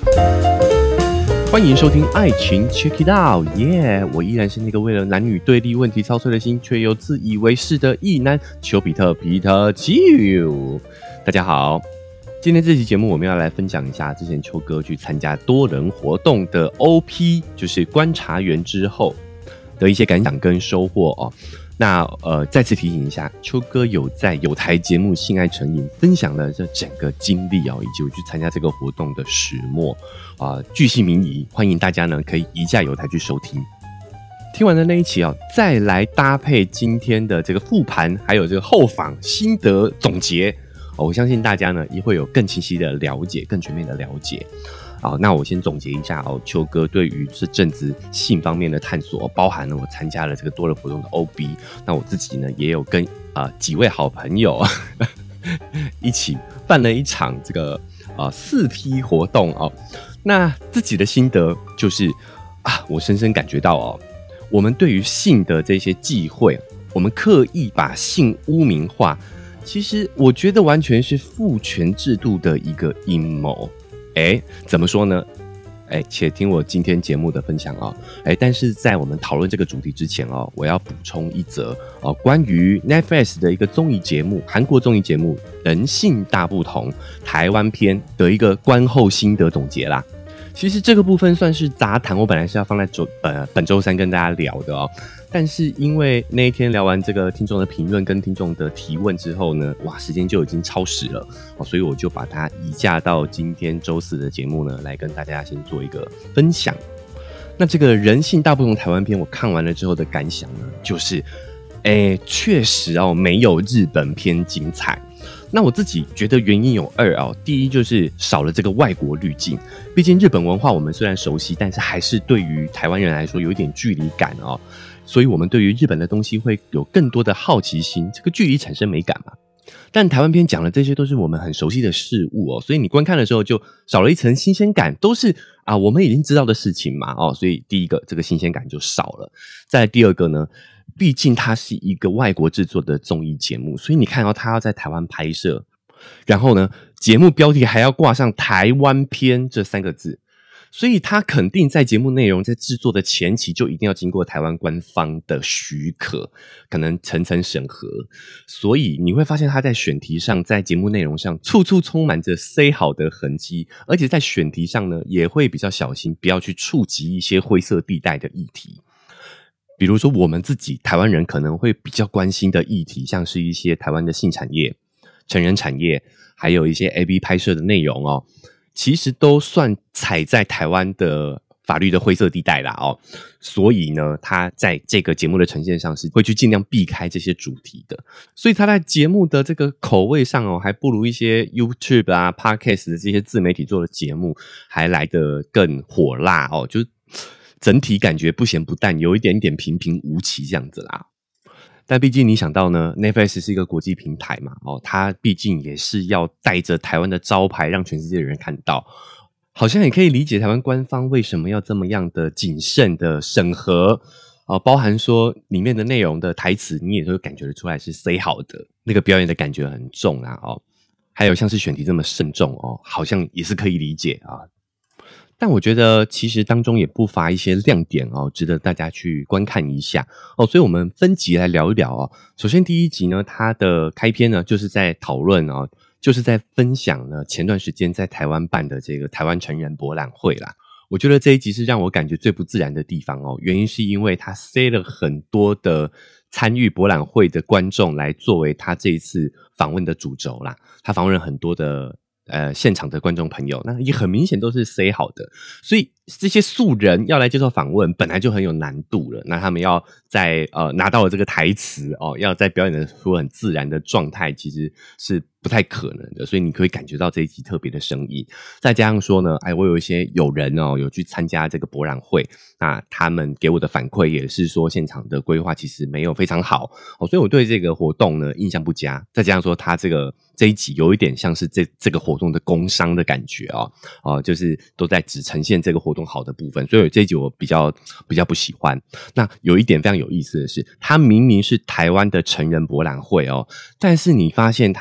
欢迎收听爱情 Check It Out， 耶！我依然是那个为了男女对立问题操碎了心，却又自以为是的异男丘比特Peter Chiu。大家好，今天这期节目我们要来分享一下之前丘哥去参加多人活动的 OP， 就是观察员之后的一些感想跟收获哦。那再次提醒一下，丘哥有在有台节目《性爱成瘾》分享了这整个经历哦，以及我去参加这个活动的始末巨细靡遗，欢迎大家呢可以移驾有台去收听。听完的那一期再来搭配今天的这个复盘，还有这个后访心得总结我相信大家呢也会有更清晰的了解，更全面的了解。好，那我先总结一下丘哥对于这阵子性方面的探索，包含了我参加了这个多人活动的 OB， 那我自己呢也有跟几位好朋友一起办了一场这个4P 活动那自己的心得就是我深深感觉到我们对于性的这些忌讳，我们刻意把性污名化，其实我觉得完全是父权制度的一个阴谋。怎么说呢？且听我今天节目的分享但是在我们讨论这个主题之前我要补充一则关于 Netflix 的一个综艺节目，韩国综艺节目《人性大不同》台湾篇的一个观后心得总结啦。其实这个部分算是杂谈，我本来是要放在本周三跟大家聊的但是因为那一天聊完这个听众的评论跟听众的提问之后呢，时间就已经超时了所以我就把它移驾到今天周四的节目呢，来跟大家先做一个分享。那这个人性大不同台湾篇，我看完了之后的感想呢，就是确实没有日本篇精彩。那我自己觉得原因有二第一就是少了这个外国滤镜，毕竟日本文化我们虽然熟悉，但是还是对于台湾人来说有一点距离感所以我们对于日本的东西会有更多的好奇心，这个距离产生美感嘛。但台湾篇讲的这些都是我们很熟悉的事物所以你观看的时候就少了一层新鲜感，都是我们已经知道的事情嘛所以第一个这个新鲜感就少了。再来第二个呢，毕竟它是一个外国制作的综艺节目，所以你看到它要在台湾拍摄，然后呢节目标题还要挂上台湾篇这3个字，所以它肯定在节目内容在制作的前期就一定要经过台湾官方的许可，可能层层审核，所以你会发现它在选题上，在节目内容上处处充满着 say 好的痕迹，而且在选题上呢也会比较小心，不要去触及一些灰色地带的议题。比如说我们自己台湾人可能会比较关心的议题，像是一些台湾的性产业、成人产业，还有一些 AV 拍摄的内容其实都算踩在台湾的法律的灰色地带啦所以呢他在这个节目的呈现上是会去尽量避开这些主题的，所以他在节目的这个口味上还不如一些 YouTube Podcast 的这些自媒体做的节目还来得更火辣就是整体感觉不咸不淡，有一点点平平无奇这样子啦。但毕竟你想到呢 Netflix 是一个国际平台嘛它毕竟也是要带着台湾的招牌让全世界的人看到，好像也可以理解台湾官方为什么要这么样的谨慎的审核包含说里面的内容的台词你也都感觉得出来是 say 好的，那个表演的感觉很重还有像是选题这么慎重好像也是可以理解但我觉得其实当中也不乏一些亮点值得大家去观看一下所以我们分集来聊一聊首先第一集呢，它的开篇呢就是在讨论就是在分享呢前段时间在台湾办的这个台湾成人博览会啦。我觉得这一集是让我感觉最不自然的地方原因是因为他塞了很多的参与博览会的观众来作为他这一次访问的主轴啦，他访问了很多的现场的观众朋友，那也很明显都是 say 好的，所以这些素人要来接受访问本来就很有难度了，那他们要在拿到了这个台词要在表演的出很自然的状态，其实是不太可能的，所以你可以感觉到这一集特别的生硬。再加上说呢我有一些友人有去参加这个博览会，那他们给我的反馈也是说现场的规划其实没有非常好所以我对这个活动呢印象不佳。再加上说他这一集有一点像是这个活动的工商的感觉就是都在只呈现这个活动好的部分，所以这一集我比较不喜欢。那有一点非常有意思的是，它明明是台湾的成人博览会但是你发现它在当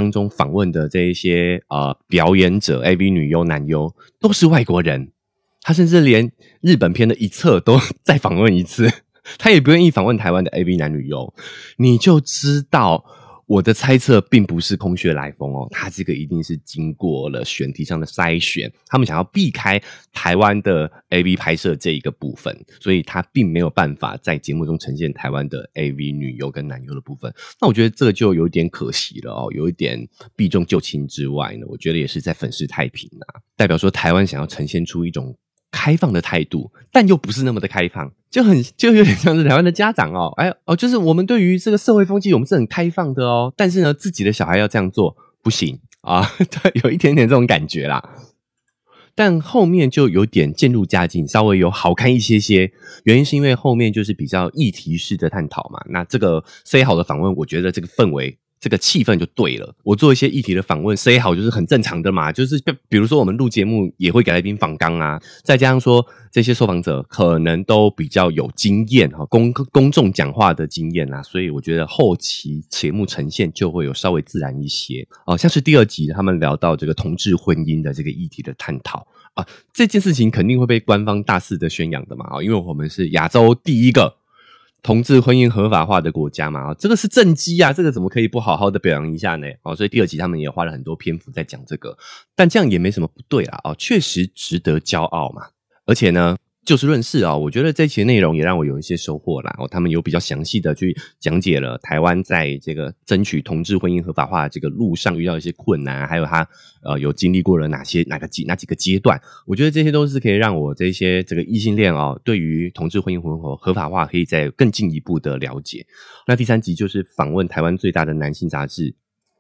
当中访问的这一些表演者 AV 女优男优都是外国人，他甚至连日本片的一册都再访问一次，他也不愿意访问台湾的 AV 男女优，你就知道我的猜测并不是空穴来风哦，他这个一定是经过了选题上的筛选，他们想要避开台湾的 AV 拍摄这一个部分，所以他并没有办法在节目中呈现台湾的 AV 女优跟男优的部分。那我觉得这个就有点可惜了哦，有一点避重就轻之外呢，我觉得也是在粉饰太平啊，代表说台湾想要呈现出一种开放的态度，但又不是那么的开放，就有点像是台湾的家长哦，就是我们对于这个社会风气我们是很开放的哦，但是呢自己的小孩要这样做不行啊，有一点点这种感觉啦。但后面就有点渐入佳境，稍微有好看一些，原因是因为后面就是比较议题式的探讨嘛，那这个 say 好的访问，我觉得这个氛围这个气氛就对了。我做一些议题的访问 say 好就是很正常的嘛，就是比如说我们录节目也会给来宾访纲啊，再加上说这些受访者可能都比较有经验公众讲话的经验啊，所以我觉得后期节目呈现就会有稍微自然一些像是第2集他们聊到这个同志婚姻的这个议题的探讨这件事情肯定会被官方大肆的宣扬的嘛因为我们是亚洲第一个同志婚姻合法化的国家嘛这个是政绩啊，这个怎么可以不好好的表扬一下呢所以第2集他们也花了很多篇幅在讲这个，但这样也没什么不对啦确实值得骄傲嘛。而且呢就事论事我觉得这期的内容也让我有一些收获啦他们有比较详细的去讲解了台湾在这个争取同志婚姻合法化的这个路上遇到一些困难还有他有经历过了哪几个阶段，我觉得这些都是可以让我这个异性恋对于同志婚姻合法化可以再更进一步的了解。那第3集就是访问台湾最大的男性杂志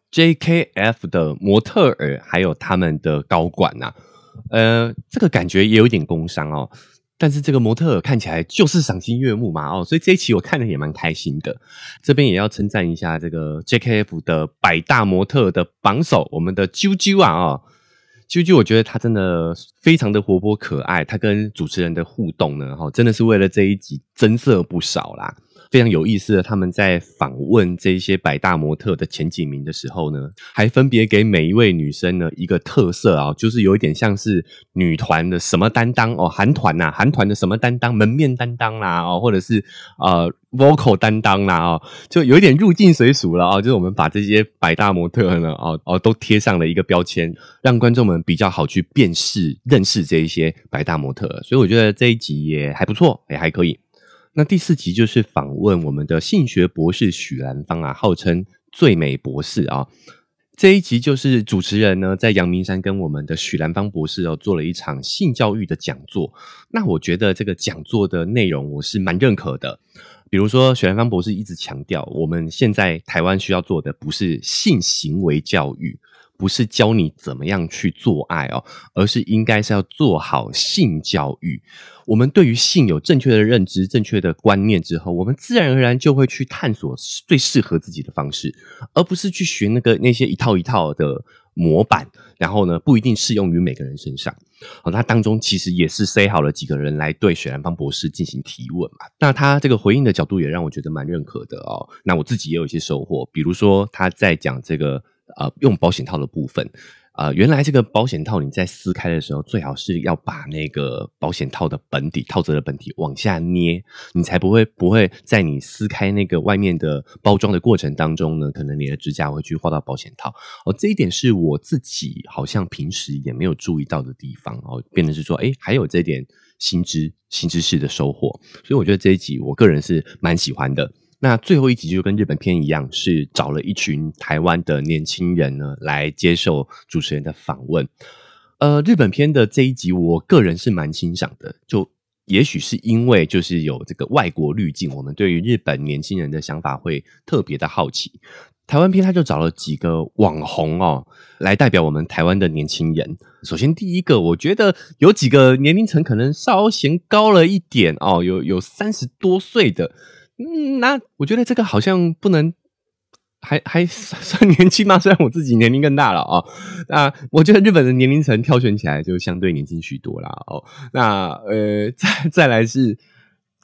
JKF 的模特儿还有他们的高管这个感觉也有一点工商但是这个模特儿看起来就是赏心悦目嘛所以这一期我看的也蛮开心的。这边也要称赞一下这个 JKF 的100大模特的榜首我们的啾啾啾啾我觉得他真的非常的活泼可爱，他跟主持人的互动呢真的是为了这一集增色不少啦。非常有意思的，他们在访问这些100大模特的前几名的时候呢，还分别给每一位女生呢一个特色就是有一点像是女团的什么担当韩团的什么担当，门面担当啦或者是vocal 担当啦就有一点入境随俗了就是我们把这些100大模特呢都贴上了一个标签，让观众们比较好去辨识认识这一些100大模特，所以我觉得这一集也还不错，也还可以。那第4集就是访问我们的性学博士许兰芳号称最美博士这一集就是主持人呢在阳明山跟我们的许兰芳博士做了一场性教育的讲座。那我觉得这个讲座的内容我是蛮认可的，比如说许兰芳博士一直强调我们现在台湾需要做的不是性行为教育，不是教你怎么样去做爱而是应该是要做好性教育。我们对于性有正确的认知正确的观念之后，我们自然而然就会去探索最适合自己的方式，而不是去学那些一套一套的模板，然后呢不一定适用于每个人身上那当中其实也是塞好了几个人来对许兰芳博士进行提问嘛，那他这个回应的角度也让我觉得蛮认可的那我自己也有一些收获，比如说他在讲这个用保险套的部分原来这个保险套你在撕开的时候最好是要把那个保险套的本体套着的本体往下捏，你才不会在你撕开那个外面的包装的过程当中呢，可能你的指甲会去划到保险套这一点是我自己好像平时也没有注意到的地方变成是说还有这点新知识的收获，所以我觉得这一集我个人是蛮喜欢的。那最后一集就跟日本片一样，是找了一群台湾的年轻人呢来接受主持人的访问。日本片的这一集我个人是蛮欣赏的，就也许是因为就是有这个外国滤镜，我们对于日本年轻人的想法会特别的好奇。台湾片他就找了几个网红来代表我们台湾的年轻人。首先第一个我觉得有几个年龄层可能稍嫌高了一点有30多岁的那我觉得这个好像不能还算年轻吗？虽然我自己年龄更大了那我觉得日本的年龄层挑选起来就相对年轻许多啦那再来是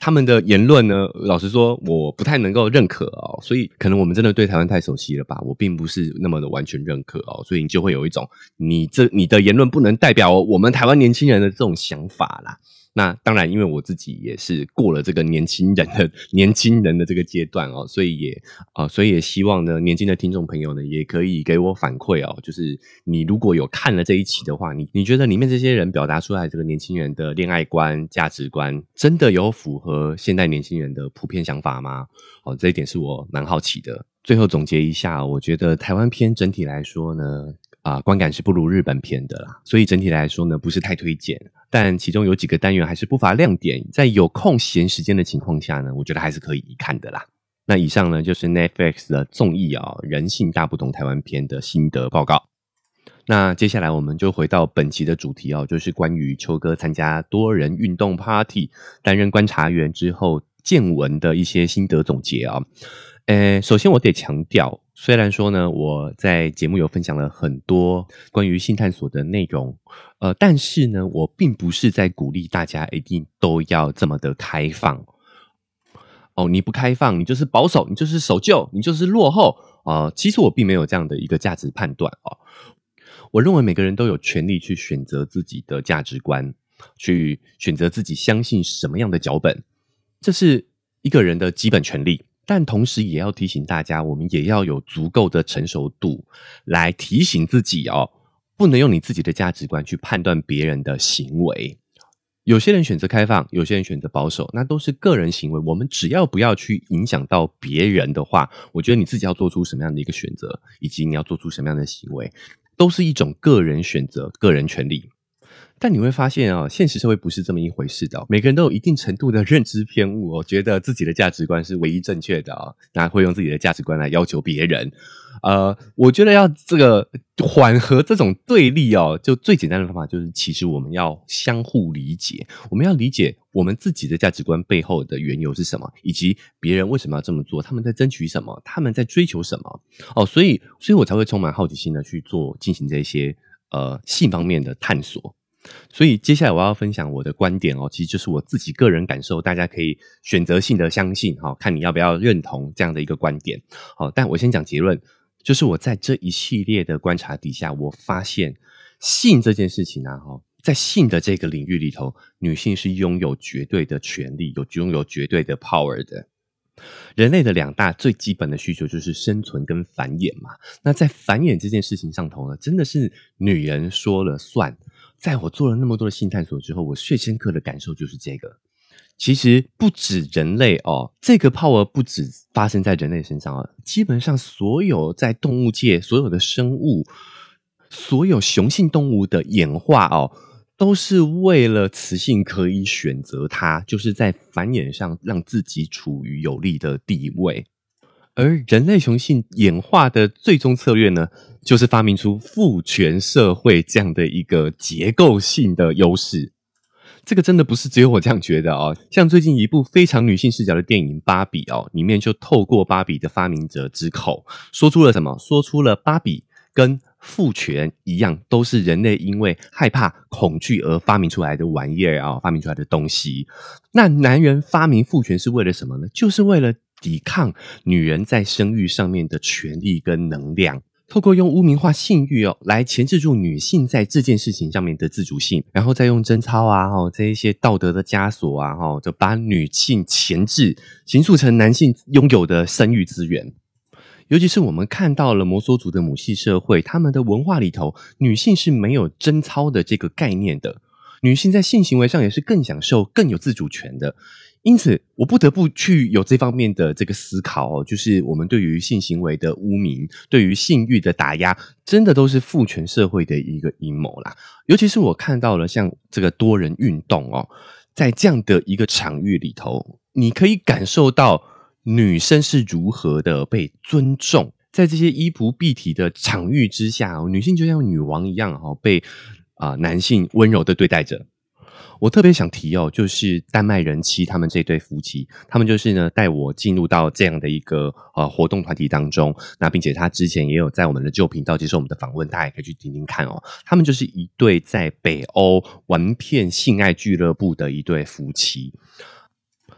他们的言论呢，老实说我不太能够认可哦，所以可能我们真的对台湾太熟悉了吧，我并不是那么的完全认可哦，所以你就会有一种你的言论不能代表我们台湾年轻人的这种想法啦。那当然因为我自己也是过了这个年轻人的这个阶段哦，所以也希望呢年轻的听众朋友呢也可以给我反馈哦，就是你如果有看了这一期的话，你觉得里面这些人表达出来这个年轻人的恋爱观价值观真的有符合现代年轻人的普遍想法吗？哦，这一点是我蛮好奇的。最后总结一下，我觉得台湾篇整体来说呢观感是不如日本篇的啦，所以整体来说呢不是太推荐，但其中有几个单元还是不乏亮点，在有空闲时间的情况下呢，我觉得还是可以一看的啦。那以上呢就是 Netflix 的综艺人性大不同台湾篇的心得报告。那接下来我们就回到本期的主题就是关于秋哥参加多人运动 Party 担任观察员之后见闻的一些心得总结首先我得强调，虽然说呢我在节目有分享了很多关于性探索的内容但是呢我并不是在鼓励大家一定都要这么的开放你不开放你就是保守，你就是守旧，你就是落后其实我并没有这样的一个价值判断我认为每个人都有权利去选择自己的价值观，去选择自己相信什么样的脚本，这是一个人的基本权利。但同时也要提醒大家，我们也要有足够的成熟度来提醒自己不能用你自己的价值观去判断别人的行为。有些人选择开放，有些人选择保守，那都是个人行为，我们只要不要去影响到别人的话，我觉得你自己要做出什么样的一个选择，以及你要做出什么样的行为，都是一种个人选择，个人权利。但你会发现现实社会不是这么一回事的每个人都有一定程度的认知偏误觉得自己的价值观是唯一正确的那会用自己的价值观来要求别人我觉得要这个缓和这种对立就最简单的方法就是其实我们要相互理解，我们要理解我们自己的价值观背后的缘由是什么，以及别人为什么要这么做，他们在争取什么，他们在追求什么所以我才会充满好奇心的去进行这些性方面的探索。所以接下来我要分享我的观点其实就是我自己个人感受，大家可以选择性的相信看你要不要认同这样的一个观点但我先讲结论，就是我在这一系列的观察底下，我发现性这件事情在性的这个领域里头，女性是拥有绝对的权利，拥有绝对的 power 的。人类的两大最基本的需求就是生存跟繁衍嘛，那在繁衍这件事情上头呢，真的是女人说了算。在我做了那么多的性探索之后，我最深刻的感受就是这个，其实不止人类这个 power 不止发生在人类身上基本上所有在动物界所有的生物，所有雄性动物的演化都是为了雌性可以选择它，就是在繁衍上让自己处于有利的地位。而人类雄性演化的最终策略呢，就是发明出父权社会这样的一个结构性的优势。这个真的不是只有我这样觉得像最近一部非常女性视角的电影《芭比》里面就透过芭比的发明者之口说出了什么？说出了芭比跟父权一样，都是人类因为害怕恐惧而发明出来的玩意儿发明出来的东西。那男人发明父权是为了什么呢？就是为了抵抗女人在生育上面的权利跟能量，透过用污名化性欲来钳制住女性在这件事情上面的自主性，然后再用贞操这一些道德的枷锁就把女性钳制，形塑成男性拥有的生育资源。尤其是我们看到了摩梭族的母系社会，他们的文化里头，女性是没有贞操的这个概念的，女性在性行为上也是更享受、更有自主权的。因此我不得不去有这方面的这个思考就是我们对于性行为的污名，对于性欲的打压，真的都是父权社会的一个阴谋啦。尤其是我看到了像这个多人运动在这样的一个场域里头，你可以感受到女生是如何的被尊重，在这些衣不蔽体的场域之下女性就像女王一样被男性温柔的对待着。我特别想提就是丹麦人妻他们这对夫妻，他们就是呢带我进入到这样的一个活动团体当中，那并且他之前也有在我们的旧频道接受我们的访问，大家也可以去听听看他们就是一对在北欧玩遍性爱俱乐部的一对夫妻。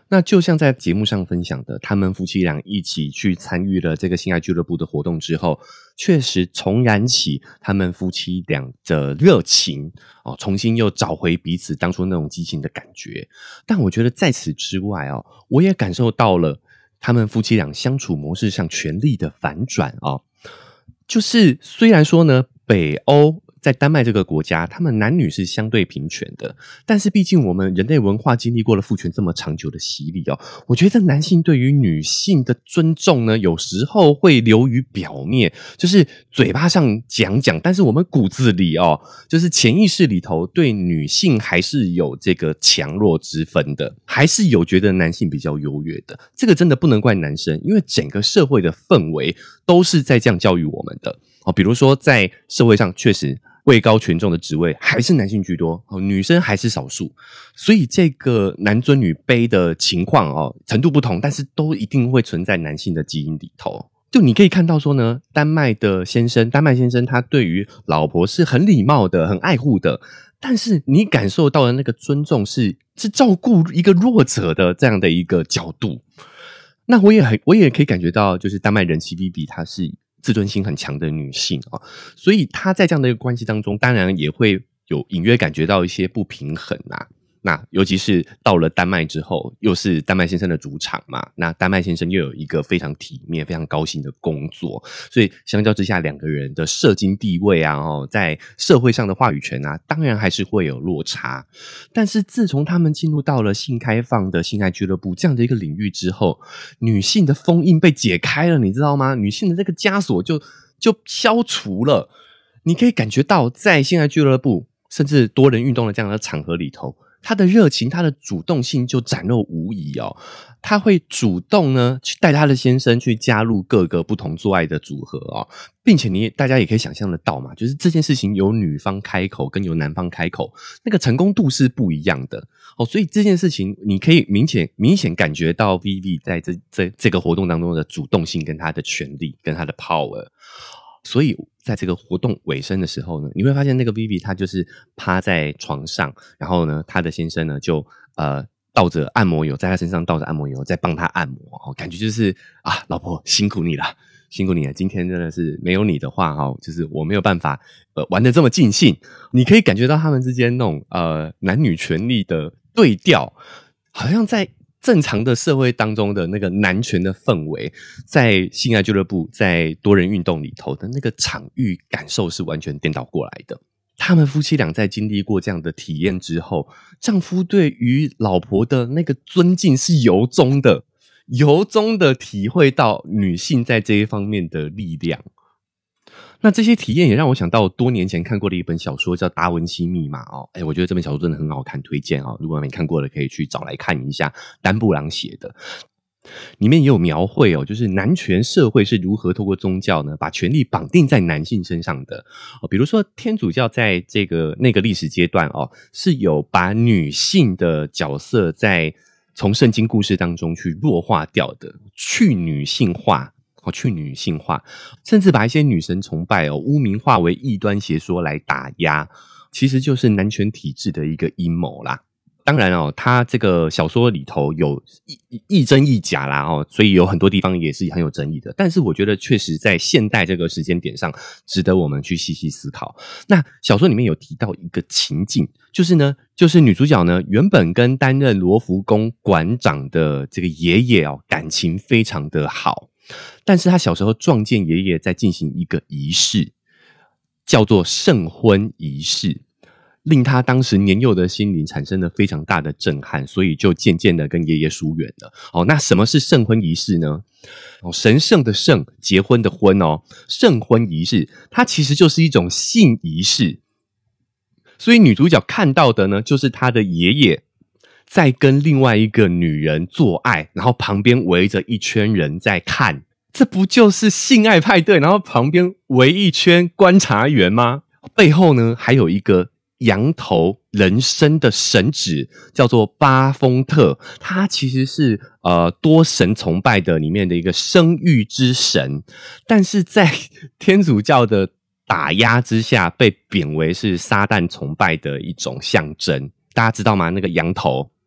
那就像在节目上分享的，他们夫妻俩一起去参与了这个性爱俱乐部的活动之后，确实重燃起他们夫妻俩的热情哦，重新又找回彼此当初那种激情的感觉。但我觉得在此之外哦，我也感受到了他们夫妻俩相处模式上权力的反转哦。就是虽然说呢，北欧在丹麦这个国家，他们男女是相对平权的，但是毕竟我们人类文化经历过了父权这么长久的洗礼哦，我觉得男性对于女性的尊重呢，有时候会流于表面，就是嘴巴上讲讲，但是我们骨子里哦，就是潜意识里头对女性还是有这个强弱之分的，还是有觉得男性比较优越的。这个真的不能怪男生，因为整个社会的氛围都是在这样教育我们的哦。比如说在社会上确实位高权重的职位还是男性居多，女生还是少数，所以这个男尊女卑的情况程度不同，但是都一定会存在男性的基因里头。就你可以看到说呢，丹麦先生他对于老婆是很礼貌的，很爱护的，但是你感受到的那个尊重是照顾一个弱者的这样的一个角度。那我也可以感觉到，就是丹麦人妻 Vivi 她是自尊心很强的女性哦，所以她在这样的一个关系当中，当然也会有隐约感觉到一些不平衡啊。那尤其是到了丹麦之后，又是丹麦先生的主场嘛，那丹麦先生又有一个非常体面非常高薪的工作，所以相较之下两个人的社经地位啊在社会上的话语权啊，当然还是会有落差。但是自从他们进入到了性开放的性爱俱乐部这样的一个领域之后，女性的封印被解开了，你知道吗？女性的这个枷锁就消除了。你可以感觉到在性爱俱乐部甚至多人运动的这样的场合里头，他的热情他的主动性就展露无遗哦。他会主动呢去带他的先生去加入各个不同做爱的组合哦，并且大家也可以想象得到嘛，就是这件事情由女方开口跟由男方开口那个成功度是不一样的哦，所以这件事情你可以明显感觉到 Vivi 在这个活动当中的主动性跟他的权力跟他的 power。所以在这个活动尾声的时候呢，你会发现那个 Vivi 她就是趴在床上，然后呢她的先生呢就倒着按摩油，在她身上倒着按摩油在帮她按摩感觉就是老婆辛苦你了，今天真的是没有你的话就是我没有办法玩得这么尽兴。你可以感觉到他们之间那种男女权力的对调，好像在正常的社会当中的那个男权的氛围，在性爱俱乐部在多人运动里头的那个场域感受是完全颠倒过来的。他们夫妻俩在经历过这样的体验之后，丈夫对于老婆的那个尊敬是由衷的体会到女性在这一方面的力量。那这些体验也让我想到多年前看过的一本小说叫《达文西密码》我觉得这本小说真的很好看，推荐如果没看过的可以去找来看一下，丹布朗写的。里面也有描绘就是男权社会是如何透过宗教呢把权力绑定在男性身上的比如说天主教在那个历史阶段是有把女性的角色从圣经故事当中去弱化掉的，去女性化，甚至把一些女神崇拜污名化为异端邪说来打压，其实就是男权体制的一个阴谋啦。当然他这个小说里头有亦真亦假啦所以有很多地方也是很有争议的，但是我觉得确实在现代这个时间点上值得我们去细细思考。那小说里面有提到一个情境，就是女主角呢原本跟担任罗浮宫馆长的这个爷爷感情非常的好，但是她小时候撞见爷爷在进行一个仪式，叫做圣婚仪式，令他当时年幼的心灵产生了非常大的震撼，所以就渐渐的跟爷爷疏远了那什么是圣婚仪式呢？神圣的圣，结婚的婚圣婚仪式它其实就是一种性仪式。所以女主角看到的呢，就是她的爷爷在跟另外一个女人做爱，然后旁边围着一圈人在看，这不就是性爱派对，然后旁边围一圈观察员吗？背后呢还有一个羊头人身的神祇，叫做巴丰特，他其实是多神崇拜的里面的一个生育之神，但是在天主教的打压之下被贬为是撒旦崇拜的一种象征。大家知道吗？那个羊头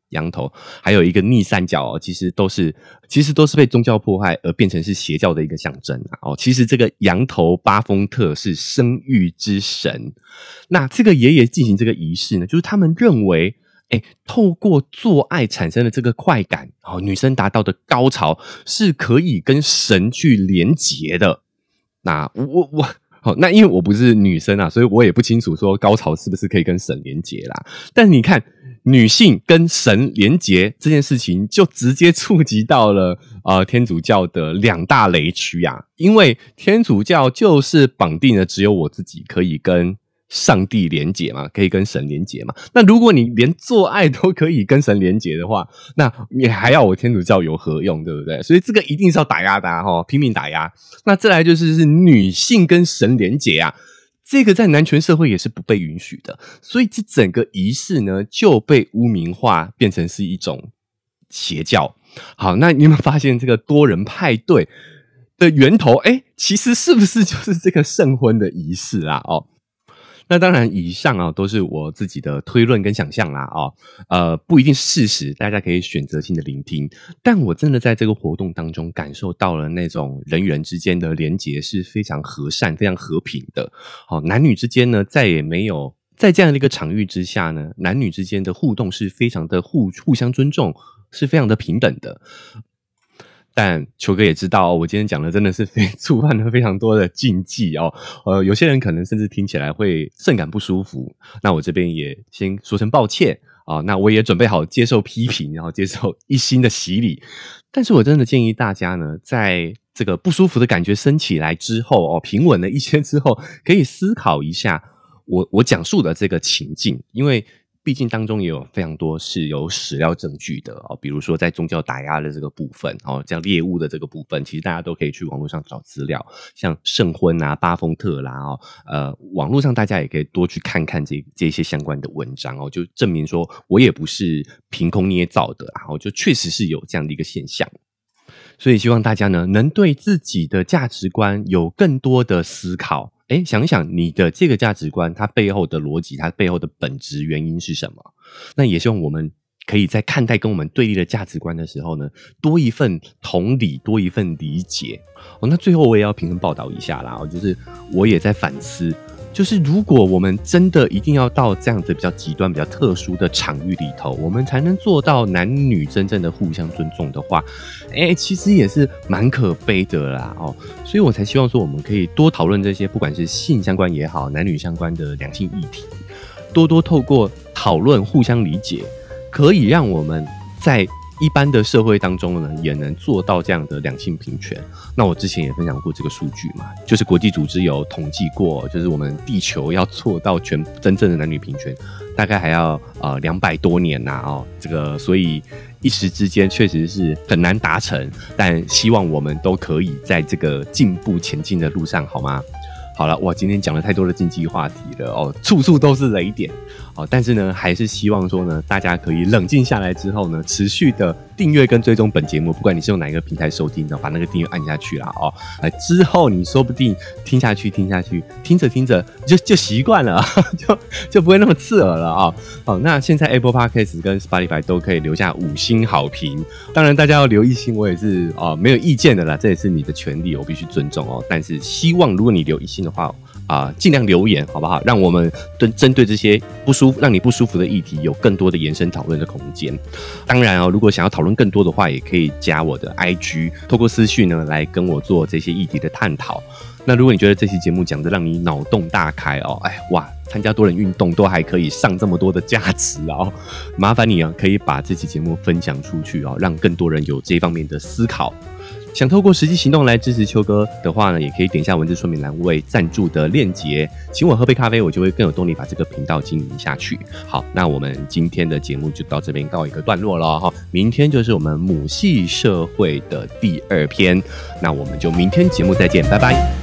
羊头，还有一个逆三角其实都是被宗教迫害而变成是邪教的一个象征其实这个羊头巴丰特是生育之神，那这个爷爷进行这个仪式呢，就是他们认为透过做爱产生的这个快感女生达到的高潮是可以跟神去连结的。那那因为我不是女生所以我也不清楚说高潮是不是可以跟神连结啦。但是你看，女性跟神连结这件事情就直接触及到了天主教的2大雷区因为天主教就是绑定了只有我自己可以跟上帝连结嘛，可以跟神连结嘛。那如果你连做爱都可以跟神连结的话，那你还要我天主教有何用，对不对？所以这个一定是要打压的拼命打压。那再来就是女性跟神连结这个在男权社会也是不被允许的，所以这整个仪式呢就被污名化，变成是一种邪教。好，那你有没有发现这个多人派对的源头其实是不是就是这个圣婚的仪式那当然以上都是我自己的推论跟想象啦不一定是事实，大家可以选择性的聆听。但我真的在这个活动当中感受到了那种人与人之间的连结是非常和善非常和平的男女之间呢再也没有在这样的一个场域之下呢，男女之间的互动是非常的互相尊重，是非常的平等的。但球哥也知道我今天讲的真的是触犯了非常多的禁忌有些人可能甚至听起来会甚感不舒服，那我这边也先说声抱歉那我也准备好接受批评，然后接受一心的洗礼。但是我真的建议大家呢，在这个不舒服的感觉升起来之后平稳了一些之后，可以思考一下我讲述的这个情境，因为毕竟当中也有非常多是有史料证据的比如说在宗教打压的这个部分这样猎物的这个部分，其实大家都可以去网络上找资料，像圣婚巴丰特啦网络上大家也可以多去看看这些相关的文章就证明说我也不是凭空捏造的就确实是有这样的一个现象。所以希望大家呢能对自己的价值观有更多的思考，想一想你的这个价值观它背后的逻辑，它背后的本质原因是什么。那也希望我们可以在看待跟我们对立的价值观的时候呢，多一份同理，多一份理解那最后我也要平衡报道一下啦就是我也在反思，就是如果我们真的一定要到这样子比较极端比较特殊的场域里头，我们才能做到男女真正的互相尊重的话其实也是蛮可悲的啦所以我才希望说我们可以多讨论这些不管是性相关也好，男女相关的两性议题，多透过讨论互相理解，可以让我们在一般的社会当中呢也能做到这样的两性平权。那我之前也分享过这个数据嘛，就是国际组织有统计过，就是我们地球要做到真正的男女平权大概还要200多年这个所以一时之间确实是很难达成，但希望我们都可以在这个进步前进的路上，好吗？好了，我今天讲了太多的禁忌话题了处处都是雷点但是呢还是希望说呢大家可以冷静下来之后呢，持续的订阅跟追踪本节目，不管你是用哪一个平台收听的，把那个订阅按下去啦之后你说不定听下去听着就习惯了就不会那么刺耳了那现在 Apple Podcast 跟 Spotify 都可以留下5星好评，当然大家要留1星我也是没有意见的啦，这也是你的权利，我必须尊重但是希望如果你留1星的话尽量留言好不好，让我们针对这些让你不舒服的议题有更多的延伸讨论的空间。当然如果想要讨论更多的话，也可以加我的 IG， 透过私讯呢来跟我做这些议题的探讨。那如果你觉得这期节目讲的让你脑洞大开参加多人运动都还可以上这么多的价值麻烦你可以把这期节目分享出去让更多人有这方面的思考。想透过实际行动来支持秋哥的话呢，也可以点一下文字说明栏位赞助的链接，请我喝杯咖啡，我就会更有动力把这个频道经营下去。好，那我们今天的节目就到这边告一个段落了明天就是我们母系社会的第2篇，那我们就明天节目再见，拜拜。